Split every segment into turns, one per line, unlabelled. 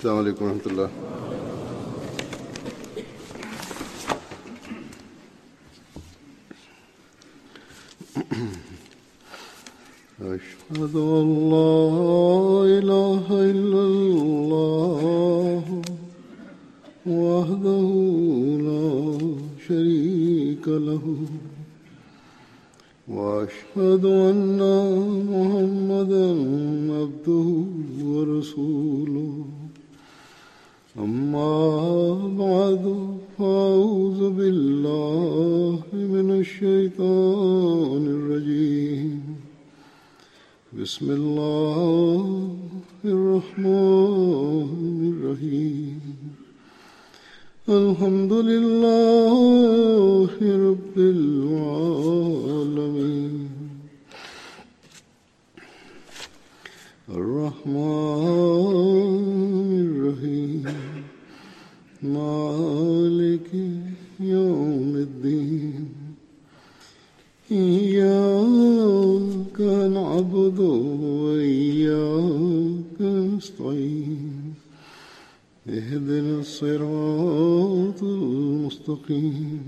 السلام عليكم ورحمة الله. أشهد أن لا إله إلا الله وحده لا شريك له وأشهد أن محمدا عبده ورسوله أما بعد فأعوذ بالله من الشيطان الرجيم بسم الله الرحمن الرحيم الحمد لله رب العالمين الرحمن الرحيم مالك يوم الدين إياك نعبد وإياك نستعين اهدنا الصراط المستقيم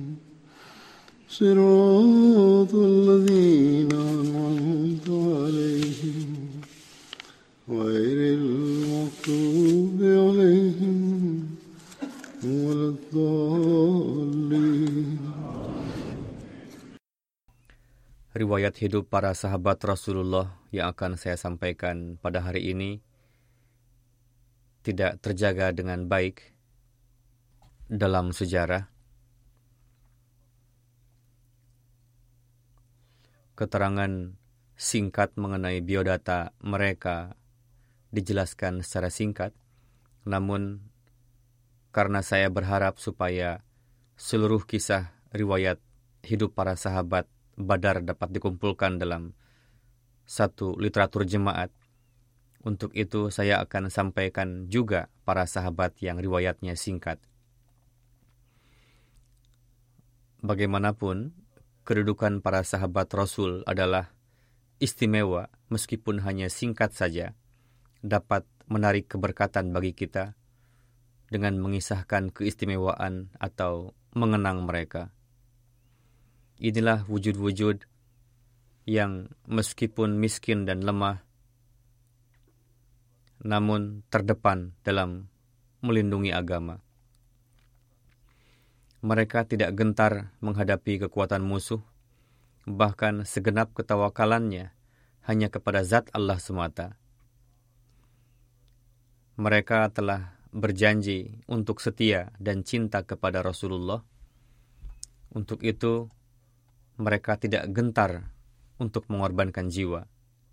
صراط الذين أنعمت عليهم غير المغضوب عليهم ولا الضالين.
Riwayat hidup para sahabat Rasulullah yang akan saya sampaikan pada hari ini tidak terjaga dengan baik dalam sejarah. Keterangan singkat mengenai biodata mereka dijelaskan secara singkat, namun karena saya berharap supaya seluruh kisah riwayat hidup para sahabat Badar dapat dikumpulkan dalam satu literatur jemaat, untuk itu saya akan sampaikan juga para sahabat yang riwayatnya singkat. Bagaimanapun, kedudukan para sahabat Rasul adalah istimewa, meskipun hanya singkat saja, dapat menarik keberkatan bagi kita dengan mengisahkan keistimewaan atau mengenang mereka. Inilah wujud-wujud yang meskipun miskin dan lemah, namun terdepan dalam melindungi agama. Mereka tidak gentar menghadapi kekuatan musuh, bahkan segenap ketawakalannya hanya kepada zat Allah semata. Mereka telah berjanji untuk setia dan cinta kepada Rasulullah. Untuk itu, mereka tidak gentar untuk mengorbankan jiwa.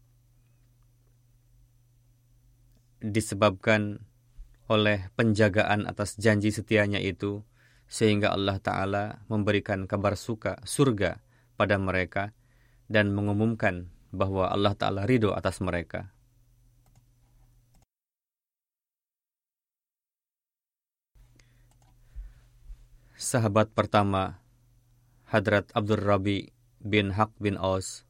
Disebabkan oleh penjagaan atas janji setianya itu, sehingga Allah Ta'ala memberikan kabar surga pada mereka dan mengumumkan bahwa Allah Ta'ala ridho atas mereka. Sahabat pertama, Hadrat Abdul Rabi bin Haq bin Aus.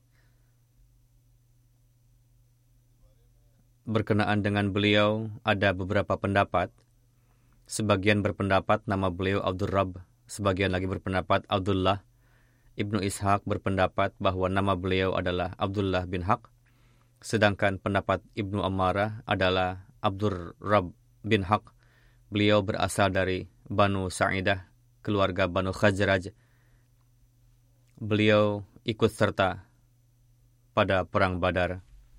Berkenaan dengan beliau, ada beberapa pendapat. Sebagian berpendapat nama beliau Abdul Rab, sebagian lagi berpendapat Abdullah. Ibnu Ishaq berpendapat bahwa nama beliau adalah Abdullah bin Haq, sedangkan pendapat Ibnu Ammarah adalah Abdul Rab bin Haq. Beliau berasal dari Banu Sa'idah, keluarga Banu Khazraj. Beliau ikut serta pada Perang Badar.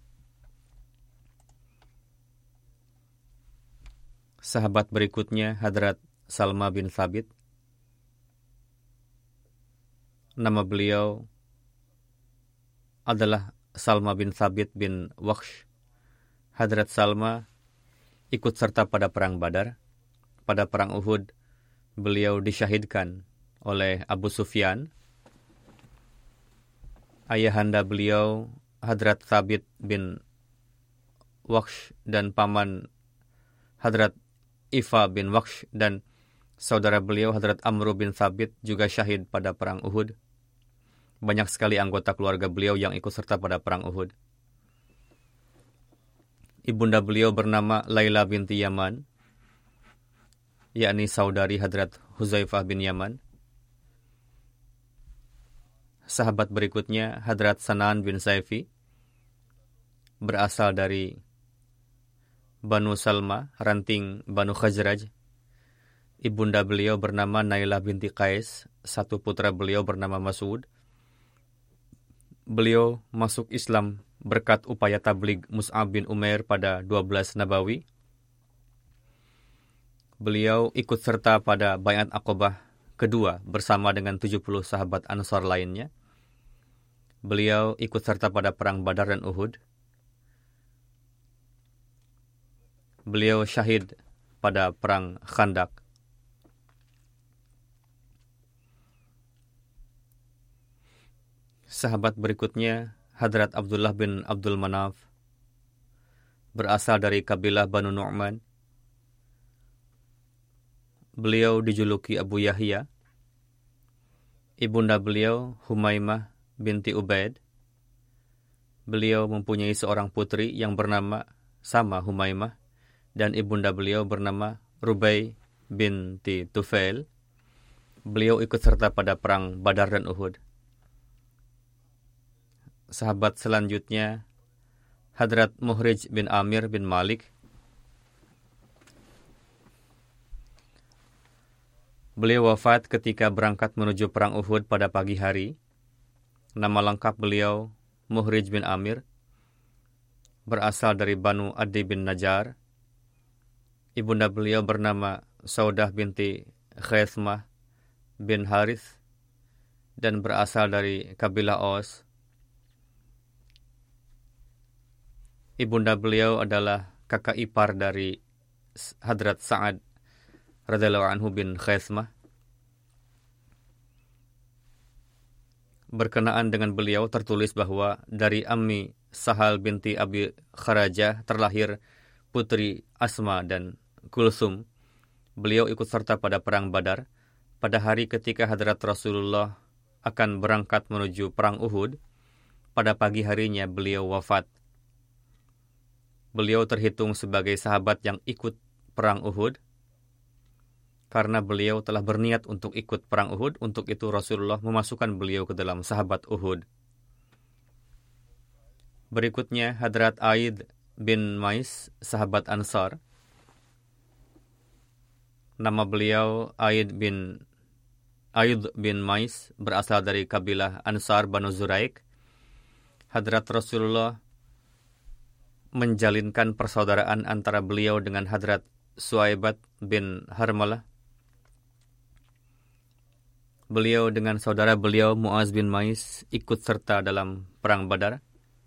Sahabat berikutnya Hadrat Salma bin Thabit. Nama beliau adalah Salma bin Thabit bin Waqsh. Hadrat Salma ikut serta pada Perang Badar. Pada Perang Uhud, beliau disyahidkan oleh Abu Sufyan. Ayahanda beliau, Hadrat Thabit bin Waqsh, dan paman Hadrat Ifa bin Waqsh dan saudara beliau Hadrat Amru bin Thabit juga syahid pada Perang Uhud. Banyak sekali anggota keluarga beliau yang ikut serta pada Perang Uhud. Ibunda beliau bernama Laila binti Yaman. yakni saudari Hadrat Huzaifah bin Yaman. Sahabat berikutnya Hadrat Sanan bin Saifi, berasal dari Banu Salma, ranting Banu Khazraj. Ibunda beliau bernama Nailah binti Qais, satu putra beliau bernama Mas'ud. Beliau masuk Islam berkat upaya tabligh Mus'ab bin Umair pada 12 Nabawi. Beliau ikut serta pada Bai'at Aqabah kedua bersama dengan 70 sahabat Ansar lainnya. Beliau ikut serta pada perang Badar dan Uhud. Beliau syahid pada perang Khandaq. Sahabat berikutnya Hadrat Abdullah bin Abdul Manaf, berasal dari kabilah Banu Nu'man. Beliau dijuluki Abu Yahya. Ibunda beliau Humaimah binti Ubaid. Beliau mempunyai seorang putri yang bernama sama Humaimah, dan ibunda beliau bernama Rubai binti Tufail. Beliau ikut serta pada perang Badar dan Uhud. Sahabat selanjutnya Hadrat Muhrij bin Amir bin Malik. Beliau wafat ketika berangkat menuju perang Uhud pada pagi hari. Nama lengkap beliau Muhrij bin Amir, berasal dari Banu Adi bin Najjar. Ibunda beliau bernama Saudah binti Khaismah bin Harith dan berasal dari kabilah Aus. Ibunda beliau adalah kakak ipar dari Hadrat Sa'ad radhiyallahu anhu bin Khaismah. Berkenaan dengan beliau tertulis bahwa dari Ammi Sahal binti Abi Kharajah terlahir putri Asma dan Kulsum. Beliau ikut serta pada perang Badar. Pada hari ketika Hadrat Rasulullah akan berangkat menuju perang Uhud, pada pagi harinya beliau wafat. Beliau terhitung sebagai sahabat yang ikut perang Uhud. Karena beliau telah berniat untuk ikut perang Uhud, untuk itu Rasulullah memasukkan beliau ke dalam sahabat Uhud. Berikutnya Hadrat Aid bin Mais, sahabat Ansar. Nama beliau Aid bin Mais, berasal dari kabilah Ansar Banu Zuraik. Hadrat Rasulullah menjalinkan persaudaraan antara beliau dengan Hadrat Suaibat bin Harmalah. Beliau dengan saudara beliau Muaz bin Mais ikut serta dalam perang Badar.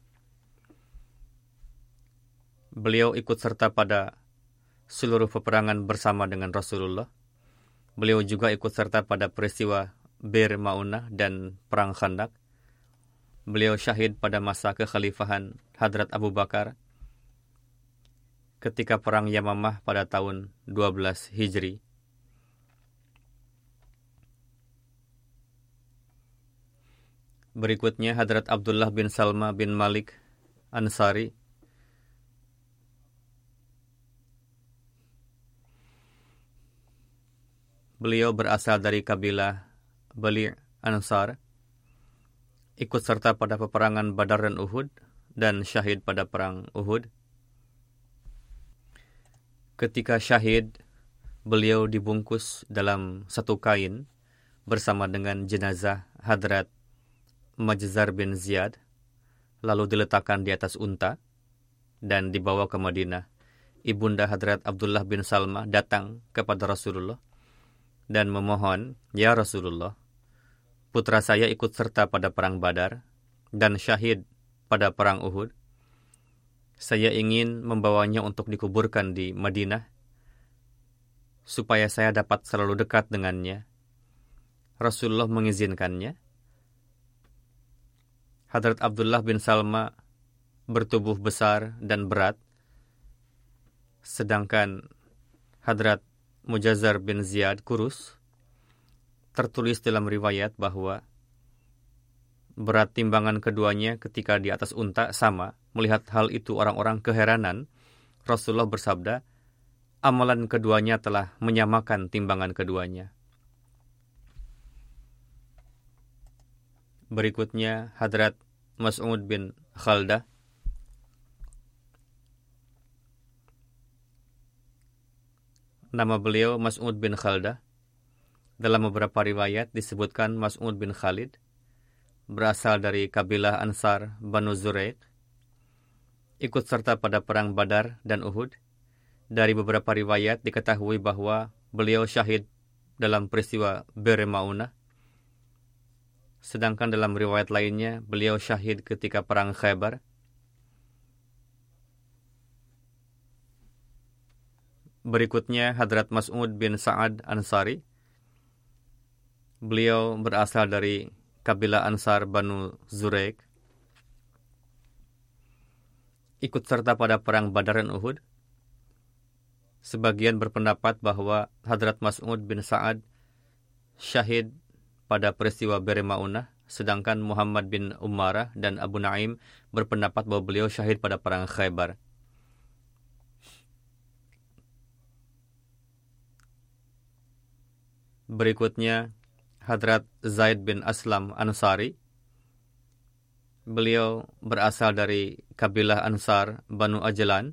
Beliau ikut serta pada seluruh peperangan bersama dengan Rasulullah. Beliau juga ikut serta pada peristiwa Bir Ma'unah dan perang Khandaq. Beliau syahid pada masa kekhalifahan Hadrat Abu Bakar ketika perang Yamamah pada tahun 12 Hijri. Berikutnya Hadrat Abdullah bin Salma bin Malik Ansari. Beliau berasal dari kabilah Bali' Ansar, ikut serta pada peperangan Badar dan Uhud, dan syahid pada perang Uhud. Ketika syahid, beliau dibungkus dalam satu kain bersama dengan jenazah Hadrat Majzar bin Ziyad, lalu diletakkan di atas unta dan dibawa ke Madinah. Ibunda Hadrat Abdullah bin Salma datang kepada Rasulullah dan memohon, "Ya Rasulullah, putra saya ikut serta pada perang Badar dan syahid pada perang Uhud. Saya ingin membawanya untuk dikuburkan di Madinah supaya saya dapat selalu dekat dengannya." Rasulullah mengizinkannya. Hadrat Abdullah bin Salma bertubuh besar dan berat, sedangkan Hadrat Mujazzar bin Ziyad kurus. Tertulis dalam riwayat bahwa berat timbangan keduanya ketika di atas unta sama. Melihat hal itu orang-orang keheranan. Rasulullah bersabda, amalan keduanya telah menyamakan timbangan keduanya. Berikutnya Hadrat Mas'ud bin Khaldah. Nama beliau Mas'ud bin Khaldah. Dalam beberapa riwayat disebutkan Mas'ud bin Khalid, berasal dari kabilah Ansar Banu Zuraiq, ikut serta pada perang Badar dan Uhud. Dari beberapa riwayat diketahui bahwa beliau syahid dalam peristiwa Bir Maunah. Sedangkan dalam riwayat lainnya, beliau syahid ketika perang Khaybar. Berikutnya Hadrat Mas'ud bin Sa'ad Ansari. Beliau berasal dari kabilah Ansar Banu Zuraiq, ikut serta pada perang Badar dan Uhud. Sebagian berpendapat bahwa Hadrat Mas'ud bin Sa'ad syahid pada peristiwa Bir Maunah, sedangkan Muhammad bin Umarah dan Abu Naim berpendapat bahwa beliau syahid pada perang Khaybar. Berikutnya Hadrat Zaid bin Aslam Ansari. Beliau berasal dari kabilah Ansar Banu Ajlan,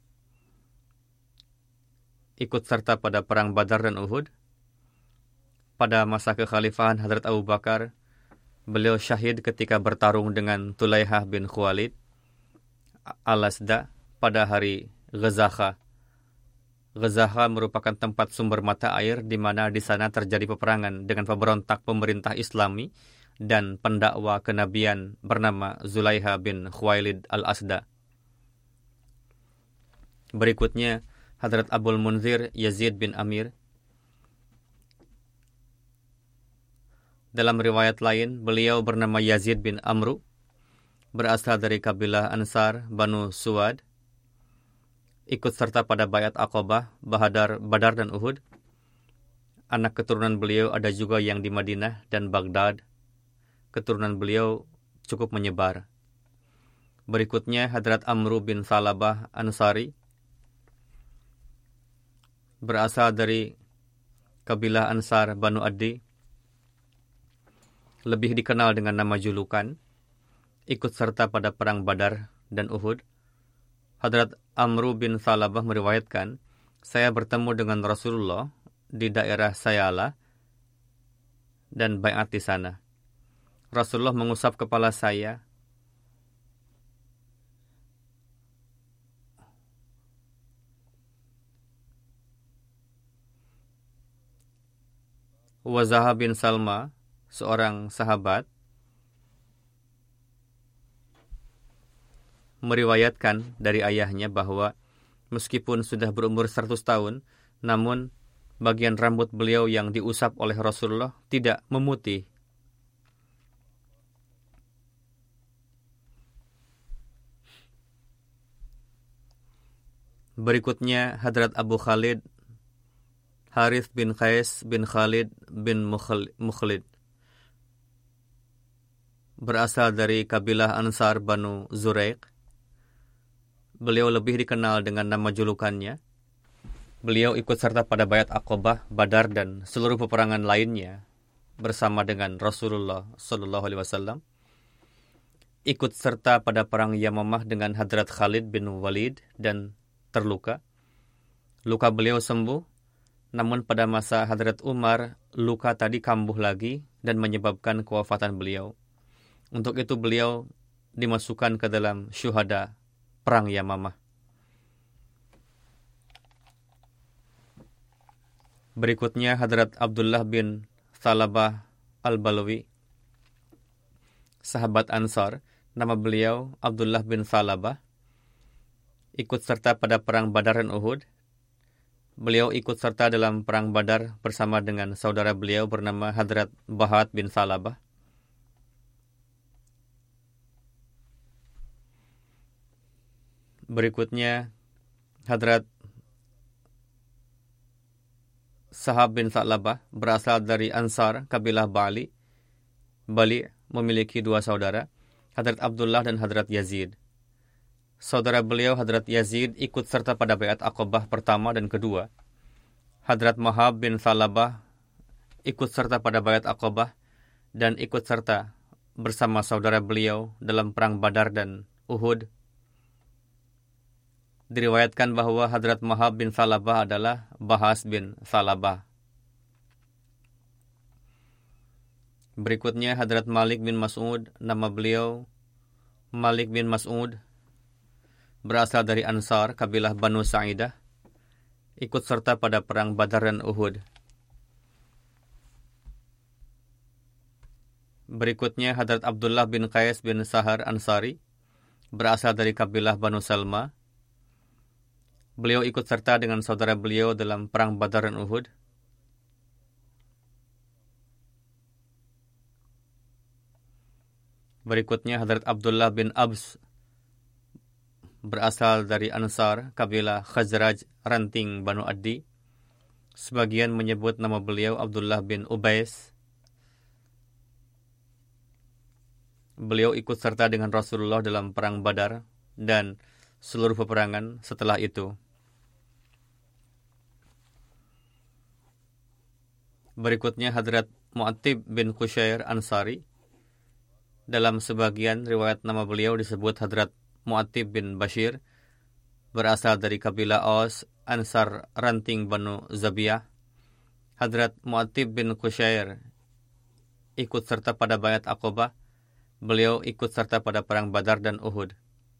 ikut serta pada perang Badar dan Uhud. Pada masa kekhalifahan Hadrat Abu Bakar, beliau syahid ketika bertarung dengan Tulaihah bin Khuwailid al-Asda pada hari Ghazakha. Ghazakha merupakan tempat sumber mata air di mana di sana terjadi peperangan dengan pemberontak pemerintah Islami dan pendakwa kenabian bernama Zulaiha bin Khuwailid al-Asda. Berikutnya Hadrat Abul Munzir Yazid bin Amir. Dalam riwayat lain, beliau bernama Yazid bin Amru, berasal dari kabilah Ansar Banu Suwad, ikut serta pada Bayat Aqabah, Badar dan Uhud. Anak keturunan beliau ada juga yang di Madinah dan Baghdad. Keturunan beliau cukup menyebar. Berikutnya Hadrat Amru bin Salabah Ansari, berasal dari kabilah Ansar Banu Addi, lebih dikenal dengan nama julukan, ikut serta pada perang Badar dan Uhud. Hadrat Amru bin Salabah meriwayatkan, saya bertemu dengan Rasulullah di daerah Sayala dan baiat di sana. Rasulullah mengusap kepala saya. Wazah bin Salma, seorang sahabat, meriwayatkan dari ayahnya bahwa meskipun sudah berumur 100 tahun, namun bagian rambut beliau yang diusap oleh Rasulullah tidak memutih. Berikutnya Hadrat Abu Khalid Harith bin Qais bin Khalid bin Mukhlid, berasal dari kabilah Ansar Banu Zuraiq. Beliau lebih dikenal dengan nama julukannya. Beliau ikut serta pada Bayat Aqabah, Badar dan seluruh peperangan lainnya bersama dengan Rasulullah sallallahu alaihi wasallam. Ikut serta pada perang Yamamah dengan Hadrat Khalid bin Walid dan terluka. Luka beliau sembuh, namun pada masa Hadrat Umar, luka tadi kambuh lagi dan menyebabkan kewafatan beliau. Untuk itu beliau dimasukkan ke dalam syuhada perang Yamamah. Berikutnya Hadrat Abdullah bin Salabah al-Balawi, sahabat Ansar, nama beliau Abdullah bin Salabah, ikut serta pada perang Badar dan Uhud. Beliau ikut serta dalam perang Badar bersama dengan saudara beliau bernama Hadrat Bahat bin Salabah. Berikutnya Hadrat Sahab bin Sa'labah, berasal dari Ansar, kabilah Bali, memiliki dua saudara, Hadrat Abdullah dan Hadrat Yazid. Saudara beliau Hadrat Yazid ikut serta pada baiat Aqabah pertama dan kedua. Hadrat Mahab bin Thalabah ikut serta pada baiat Aqabah dan ikut serta bersama saudara beliau dalam perang Badar dan Uhud. Diriwayatkan bahwa Hadrat Mahab bin Thalabah adalah Bahas bin Thalabah. Berikutnya Hadrat Malik bin Mas'ud, nama beliau Malik bin Mas'ud, berasal dari Ansar, kabilah Banu Sa'idah, ikut serta pada perang Badar dan Uhud. Berikutnya Hadrat Abdullah bin Qais bin Sahar Ansari, berasal dari kabilah Banu Salma. Beliau ikut serta dengan saudara beliau dalam perang Badar dan Uhud. Berikutnya Hadrat Abdullah bin Abs, berasal dari Ansar, kabilah Khazraj ranting Banu Addi. Sebagian menyebut nama beliau Abdullah bin Ubais. Beliau ikut serta dengan Rasulullah dalam perang Badar dan seluruh peperangan setelah itu. Berikutnya Hadrat Mu'attib bin Qushair Ansari. Dalam sebagian riwayat nama beliau disebut Hadrat Mu'attib bin Bashir, berasal dari kabilah Aus, Ansar ranting Banu Zabiyah. Hadrat Mu'attib bin Qushair ikut serta pada baiat Aqabah. Beliau ikut serta pada perang Badar dan Uhud.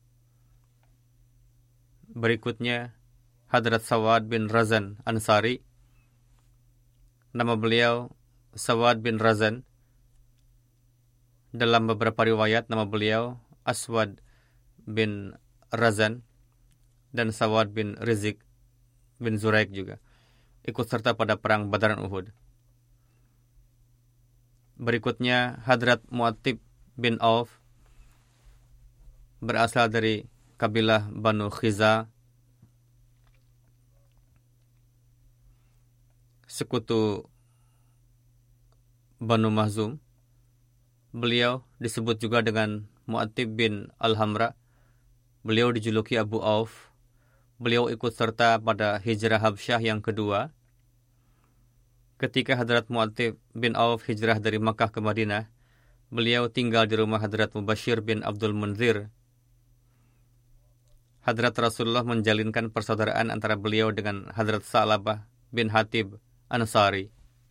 Berikutnya Hadrat Sawad bin Razan Ansari. Nama beliau Sawad bin Razan. Dalam beberapa riwayat nama beliau Aswad bin Razan dan Sawad bin Rizik bin Zuraik juga ikut serta pada perang Badar dan Uhud. Berikutnya Hadrat Mu'attib bin Auf, berasal dari kabilah Banu Khiza, sekutu Banu Mahzum. Beliau disebut juga dengan Mu'attib bin Al-Hamra. Beliau dijuluki Abu Auf. Beliau ikut serta pada hijrah Habsyah yang kedua. Ketika Hadrat Mu'attib bin Auf hijrah dari Makkah ke Madinah, beliau tinggal di rumah Hadrat Mubashir bin Abdul Munzir. Hadrat Rasulullah menjalinkan persaudaraan antara beliau dengan Hadrat Sa'labah bin Hatib Ansari.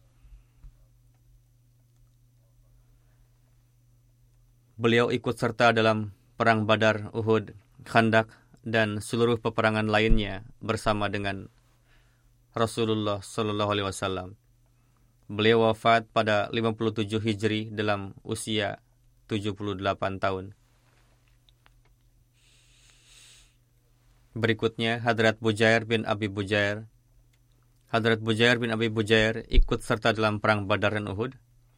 Beliau ikut serta dalam perang Badar, Uhud, Khandak, dan seluruh peperangan lainnya bersama dengan Rasulullah SAW. Beliau wafat pada 57 Hijri dalam usia 78 tahun. Berikutnya Hadrat Bujair bin Abi Bujair. Hadrat Bujair bin Abi Bujair ikut serta dalam perang Badar dan Uhud.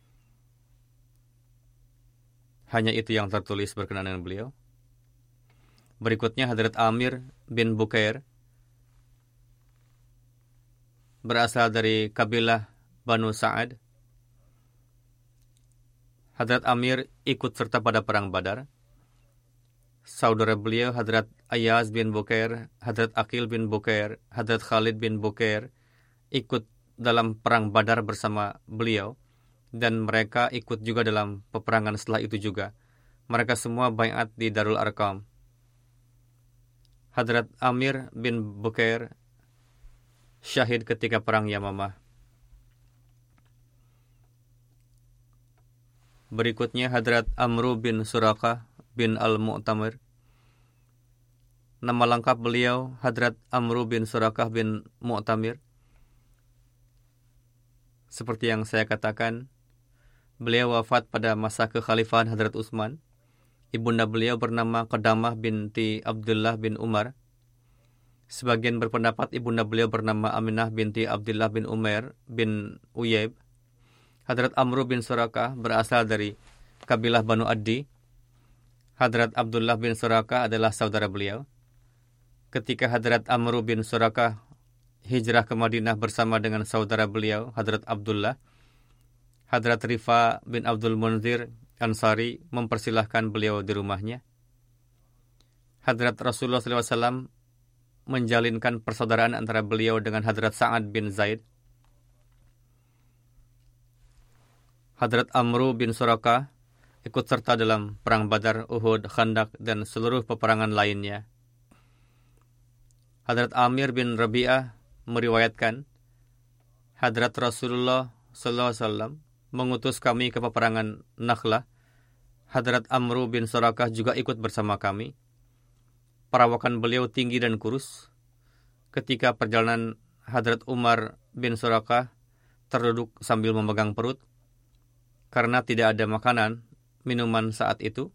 Hanya itu yang tertulis berkenaan dengan beliau. Berikutnya Hadrat Amir bin Bukair, berasal dari kabilah Banu Sa'ad. Hadrat Amir ikut serta pada perang Badar. Saudara beliau Hadrat Ayaz bin Bukair, Hadrat Aqil bin Bukair, Hadrat Khalid bin Bukair ikut dalam perang Badar bersama beliau. Dan mereka ikut juga dalam peperangan setelah itu juga. Mereka semua baiat di Darul Arqam. Hadrat Amir bin Bukair syahid ketika perang Yamamah. Berikutnya Hadrat Amru bin Surakah bin Al-Mu'tamir. Nama lengkap beliau Hadrat Amru bin Surakah bin Mu'tamir. Seperti yang saya katakan, beliau wafat pada masa kekhalifahan Hadrat Utsman. Ibunda beliau bernama Qadamah binti Abdullah bin Umar. Sebagian berpendapat ibunda beliau bernama Aminah binti Abdullah bin Umair bin Uyayb. Hadrat Amru bin Surakah berasal dari kabilah Banu Addi. Hadrat Abdullah bin Surakah adalah saudara beliau. Ketika Hadrat Amru bin Surakah hijrah ke Madinah bersama dengan saudara beliau Hadrat Abdullah, Hadrat Rifa bin Abdul Munzir Ansari mempersilahkan beliau di rumahnya. Hadrat Rasulullah SAW menjalinkan persaudaraan antara beliau dengan Hadrat Sa'ad bin Zaid. Hadrat Amru bin Suraka ikut serta dalam perang Badar, Uhud, Khandaq, dan seluruh peperangan lainnya. Hadrat Amir bin Rabi'ah meriwayatkan, Hadrat Rasulullah SAW mengutus kami ke peperangan Nakhlah. Hadrat Amru bin Suraka juga ikut bersama kami. Perawakan beliau tinggi dan kurus. Ketika perjalanan, Hadrat Umar bin Suraka terduduk sambil memegang perut karena tidak ada makanan, minuman saat itu.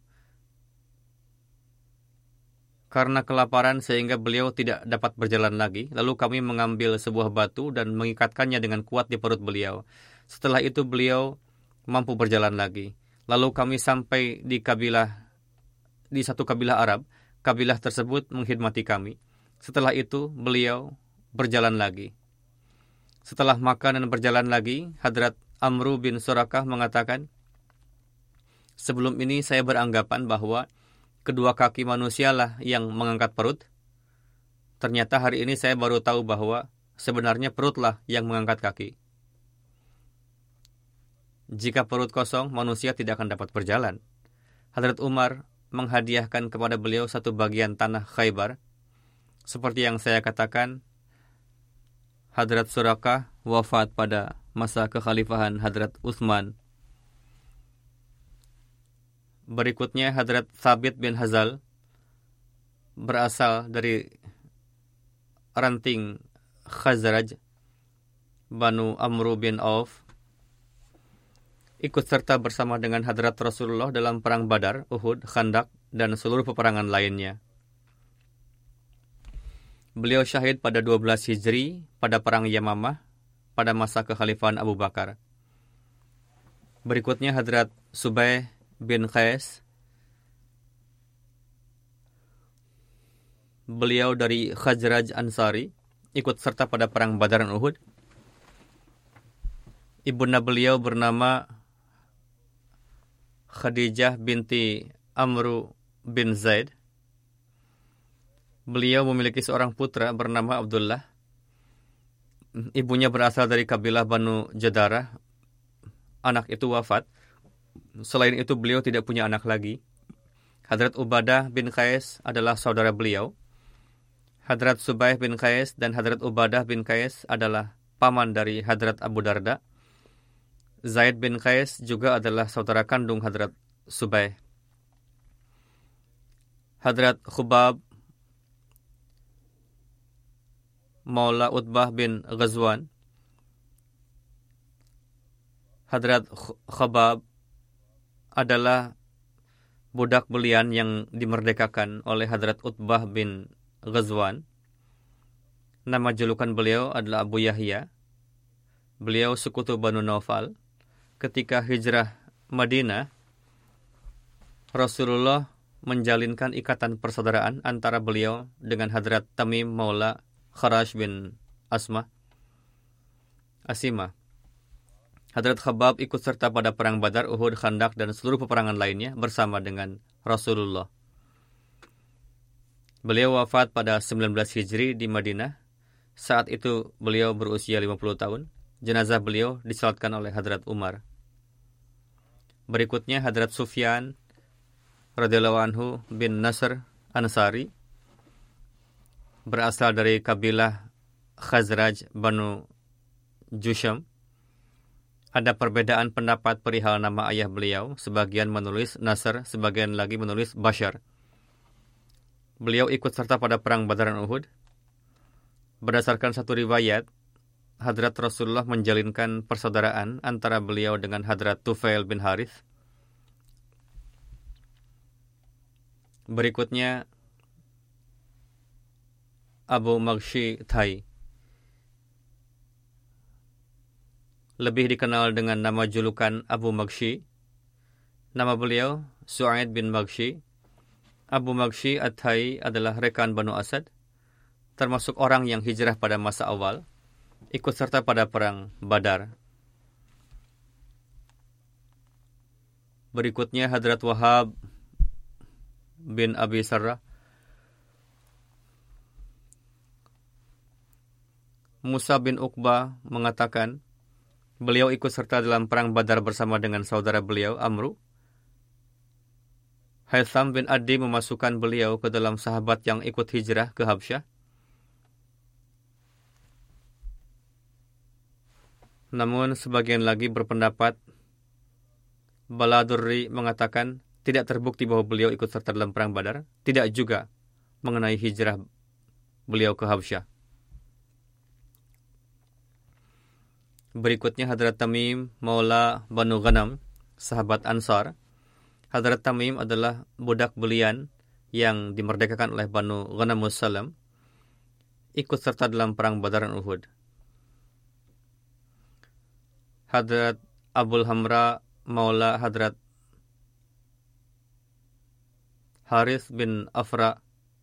Karena kelaparan sehingga beliau tidak dapat berjalan lagi. Lalu kami mengambil sebuah batu dan mengikatkannya dengan kuat di perut beliau. Setelah itu beliau mampu berjalan lagi. Lalu kami sampai di satu kabilah Arab. Kabilah tersebut mengkhidmati kami. Setelah itu beliau berjalan lagi. Setelah makan dan berjalan lagi, Hadrat Amru bin Surakah mengatakan, sebelum ini saya beranggapan bahwa kedua kaki manusialah yang mengangkat perut. Ternyata hari ini saya baru tahu bahwa sebenarnya perutlah yang mengangkat kaki. Jika perut kosong, manusia tidak akan dapat berjalan. Hadrat Umar menghadiahkan kepada beliau satu bagian tanah Khaybar. Seperti yang saya katakan, Hadrat Surakah wafat pada masa kekhalifahan Hadrat Utsman. Berikutnya Hadrat Thabit bin Hazal berasal dari ranting Khazraj, Banu Amru bin Auf, ikut serta bersama dengan Hadrat Rasulullah dalam perang Badar, Uhud, Khandaq, dan seluruh peperangan lainnya. Beliau syahid pada 12 Hijri pada perang Yamamah pada masa kekhalifahan Abu Bakar. Berikutnya Hadrat Subaih bin Qais. Beliau dari Khazraj Ansari, ikut serta pada perang Badar dan Uhud. Ibunda beliau bernama Khadijah binti Amru bin Zaid. Beliau memiliki seorang putra bernama Abdullah. Ibunya berasal dari kabilah Banu Jadarah. Anak itu wafat. Selain itu beliau tidak punya anak lagi. Hadrat Ubadah bin Qais adalah saudara beliau. Hadrat Subaih bin Qais dan Hadrat Ubadah bin Qais adalah paman dari Hadrat Abu Darda. Zaid bin Qais juga adalah saudara kandung Hadrat Subaih. Hadrat Khubab Maula Utbah bin Ghazwan. Hadrat Khubab adalah budak belian yang dimerdekakan oleh Hadrat Utbah bin Ghazwan. Nama julukan beliau adalah Abu Yahya. Beliau sekutu Banu Naufal. Ketika hijrah Madinah, Rasulullah menjalinkan ikatan persaudaraan antara beliau dengan Hadrat Tamim Maula Kharash bin Asimah. Hadrat Khabab ikut serta pada perang Badar, Uhud, Khandaq, dan seluruh peperangan lainnya bersama dengan Rasulullah. Beliau wafat pada 19 Hijri di Madinah. Saat itu beliau berusia 50 tahun. Jenazah beliau disalatkan oleh Hadrat Umar. Berikutnya Hadrat Sufyan radhiyallahu anhu bin Nasr Ansari, berasal dari kabilah Khazraj Banu Jusham. Ada perbedaan pendapat perihal nama ayah beliau. Sebagian menulis Nasr, sebagian lagi menulis Bashar. Beliau ikut serta pada perang Badar dan Uhud. Berdasarkan satu riwayat, Hadrat Rasulullah menjalinkan persaudaraan antara beliau dengan Hadrat Tufail bin Harith. Berikutnya Abu Maghshi Thai, lebih dikenal dengan nama julukan Abu Maghshi. Nama beliau Su'aid bin Maghshi. Abu Maghshi At-Thai adalah rekan Banu Asad, termasuk orang yang hijrah pada masa awal, ikut serta pada perang Badar. Berikutnya Hadrat Wahab bin Abi Sarrah. Musa bin Uqbah mengatakan, beliau ikut serta dalam perang Badar bersama dengan saudara beliau, Amru. Haytham bin Adi memasukkan beliau ke dalam sahabat yang ikut hijrah ke Habsyah. Namun sebagian lagi berpendapat, Baladurri mengatakan tidak terbukti bahwa beliau ikut serta dalam perang Badar, tidak juga mengenai hijrah beliau ke Habsyah. Berikutnya Hadrat Tamim Maula Banu Ghanam, sahabat Ansar. Hadrat Tamim adalah budak belian yang dimerdekakan oleh Banu Ghanamus Salam, ikut serta dalam perang Badar dan Uhud. Hadrat Abul Hamra Maula Hadrat Harith bin Afra,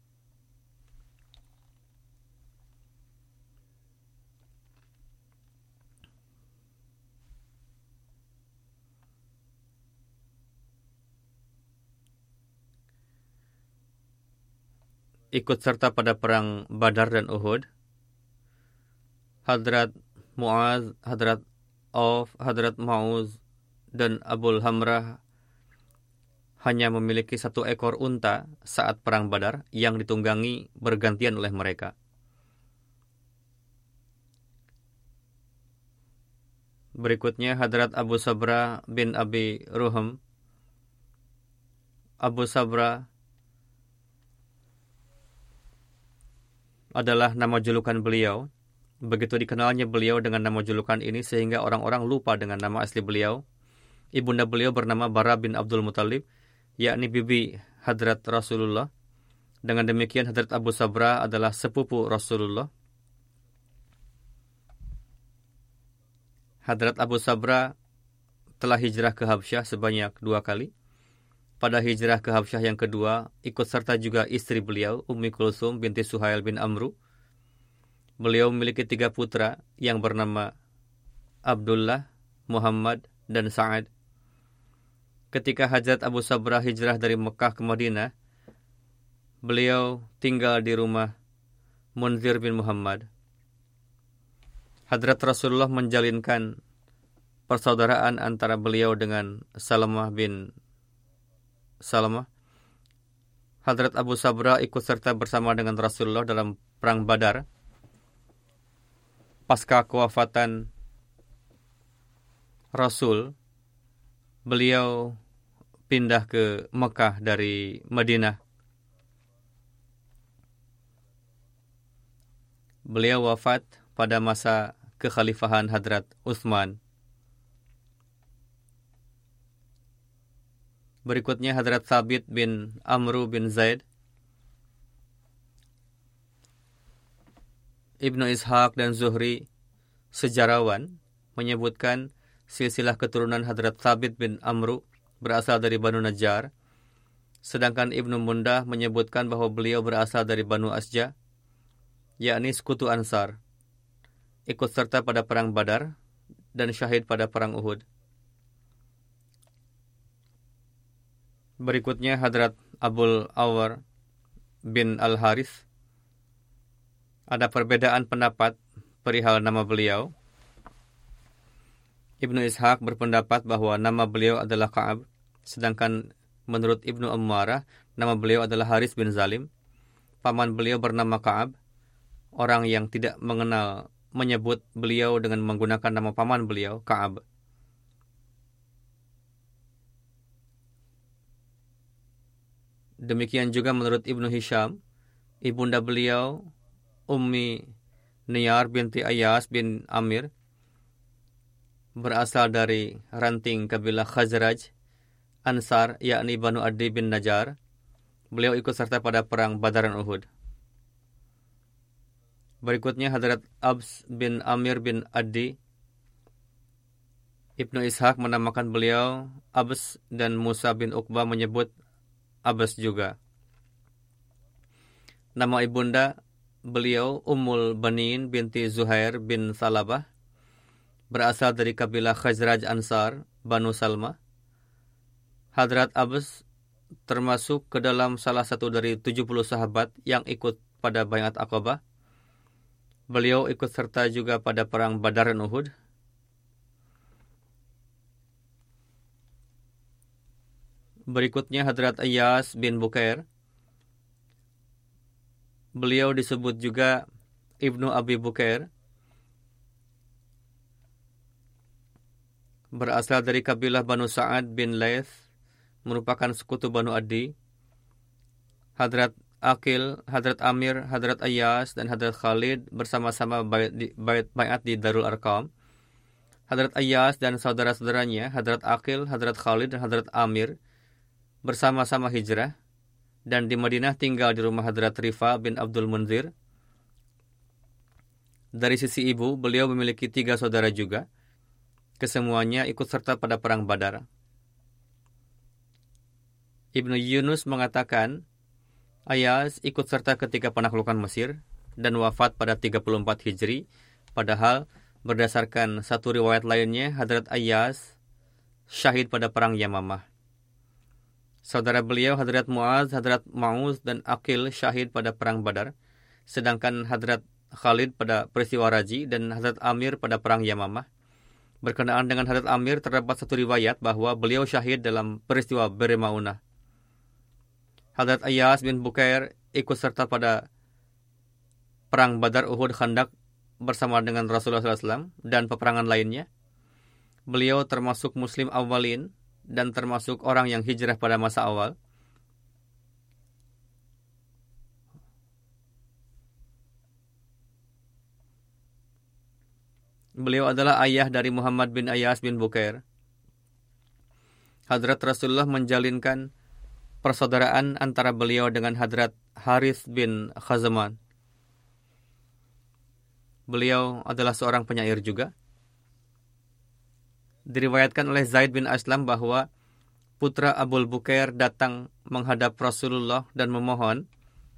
ikut serta pada perang Badar dan Uhud. Hadrat Muaz, Hadrat Auf, Hadrat Mauz dan Abul Hamrah hanya memiliki 1 ekor unta saat perang Badar yang ditunggangi bergantian oleh mereka. Berikutnya Hadrat Abu Sabra bin Abi Ruham. Abu Sabra adalah nama julukan beliau. Begitu dikenalnya beliau dengan nama julukan ini sehingga orang-orang lupa dengan nama asli beliau. Ibunda beliau bernama Bara bin Abdul Muttalib, yakni bibi Hadrat Rasulullah. Dengan demikian Hadrat Abu Sabra adalah sepupu Rasulullah. Hadrat Abu Sabra telah hijrah ke Habsyah sebanyak 2 kali. Pada hijrah ke Habsyah yang kedua, ikut serta juga istri beliau, Ummi Kulsum binti Suhail bin Amru. Beliau memiliki 3 putra yang bernama Abdullah, Muhammad, dan Sa'ad. Ketika Hadrat Abu Sabra hijrah dari Mekah ke Madinah, beliau tinggal di rumah Munzir bin Muhammad. Hadrat Rasulullah menjalinkan persaudaraan antara beliau dengan Salamah bin Salamah. Hadrat Abu Sabra ikut serta bersama dengan Rasulullah dalam perang Badar. Pasca kewafatan Rasul, beliau pindah ke Mekah dari Madinah. Beliau wafat pada masa kekhalifahan Hadrat Utsman. Berikutnya Hadrat Thabit bin Amru bin Zaid. Ibnu Ishaq dan Zuhri, sejarawan, menyebutkan silsilah keturunan Hadrat Thabit bin Amru berasal dari Banu Najjar, sedangkan Ibnu Mundah menyebutkan bahwa beliau berasal dari Banu Asja, yakni sekutu Ansar, ikut serta pada perang Badar dan syahid pada perang Uhud. Berikutnya Hadrat Abul Awar bin Al-Harith. Ada perbedaan pendapat perihal nama beliau. Ibnu Ishaq berpendapat bahwa nama beliau adalah Ka'ab, sedangkan menurut Ibnu Ammarah, nama beliau adalah Haris bin Zalim. Paman beliau bernama Ka'ab. Orang yang tidak mengenal menyebut beliau dengan menggunakan nama paman beliau, Ka'ab. Demikian juga menurut Ibnu Hisham, ibunda beliau Ummi Niyar binti Ayas bin Amir berasal dari ranting kabilah Khazraj Ansar, yakni Banu Adi bin Najjar. Beliau ikut serta pada perang Badar dan Uhud. Berikutnya Hadrat Abs bin Amir bin Adi. Ibnu Ishaq menamakan beliau Abs dan Musa bin Uqbah menyebut Abs juga. Nama ibunda beliau Ummul Banin binti Zuhair bin Salabah, berasal dari kabilah Khazraj Ansar, Banu Salma. Hadrat Abs termasuk ke dalam salah satu dari 70 sahabat yang ikut pada Bai'at Aqabah. Beliau ikut serta juga pada perang Badar dan Uhud. Berikutnya Hadrat Ayyas bin Bukair. Beliau disebut juga Ibnu Abi Bukair. Berasal dari kabilah Banu Sa'ad bin Laith, merupakan sekutu Banu Adi. Hadrat Aqil, Hadrat Amir, Hadrat Ayyas, dan Hadrat Khalid bersama-sama baiat di Darul Arqam. Hadrat Ayyas dan saudara-saudaranya, Hadrat Aqil, Hadrat Khalid, dan Hadrat Amir bersama-sama hijrah dan di Madinah tinggal di rumah Hadrat Rifa bin Abdul Munzir. Dari sisi ibu, beliau memiliki 3 saudara juga. Kesemuanya ikut serta pada perang Badar. Ibnu Yunus mengatakan, Ayyas ikut serta ketika penaklukan Mesir dan wafat pada 34 Hijri, padahal berdasarkan satu riwayat lainnya, Hadrat Ayyas syahid pada perang Yamamah. Saudara beliau Hadrat Muaz, Hadrat Ma'uz, dan Aqil syahid pada perang Badar, sedangkan Hadrat Khalid pada peristiwa Raji dan Hadrat Amir pada perang Yamamah. Berkenaan dengan Hadrat Amir, terdapat satu riwayat bahwa beliau syahid dalam peristiwa Bermaunah. Hadrat Ayyas bin Bukair ikut serta pada perang Badar, Uhud, Khandak bersama dengan Rasulullah SAW dan peperangan lainnya. Beliau termasuk Muslim awalin dan termasuk orang yang hijrah pada masa awal. Beliau adalah ayah dari Muhammad bin Ayyas bin Bukair. Hadrat Rasulullah menjalinkan persaudaraan antara beliau dengan Hadrat Harith bin Khazaman. Beliau adalah seorang penyair juga. Diriwayatkan oleh Zaid bin Aslam bahwa putra Abul Bukair datang menghadap Rasulullah dan memohon,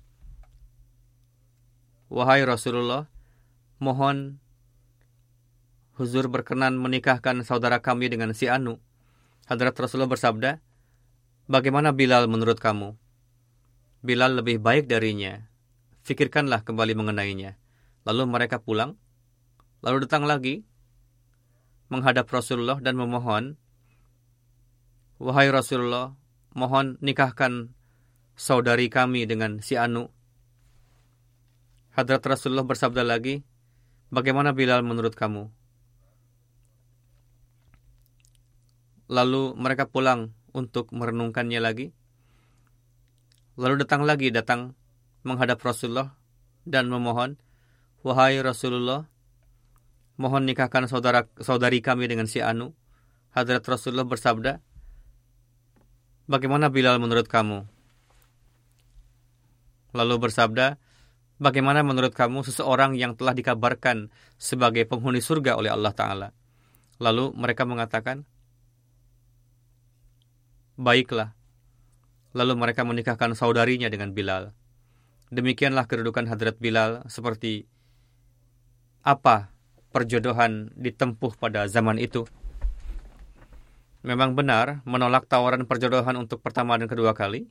"Wahai Rasulullah, mohon Huzur berkenan menikahkan saudara kami dengan si Anu." Hadrat Rasulullah bersabda, "Bagaimana Bilal menurut kamu? Bilal lebih baik darinya. Fikirkanlah kembali mengenainya." Lalu mereka pulang. Lalu datang lagi menghadap Rasulullah dan memohon, "Wahai Rasulullah, mohon nikahkan saudari kami dengan si Anu." Hadrat Rasulullah bersabda lagi, "Bagaimana Bilal menurut kamu?" Lalu mereka pulang untuk merenungkannya lagi. Lalu datang menghadap Rasulullah dan memohon, "Wahai Rasulullah, mohon nikahkan saudari kami dengan si Anu." Hadrat Rasulullah bersabda, "Bagaimana Bilal menurut kamu?" Lalu bersabda, "Bagaimana menurut kamu seseorang yang telah dikabarkan sebagai penghuni surga oleh Allah Ta'ala?" Lalu mereka mengatakan, "Baiklah." Lalu mereka menikahkan saudarinya dengan Bilal. Demikianlah kedudukan Hadrat Bilal, seperti apa perjodohan ditempuh pada zaman itu. Memang benar menolak tawaran perjodohan untuk pertama dan kedua kali.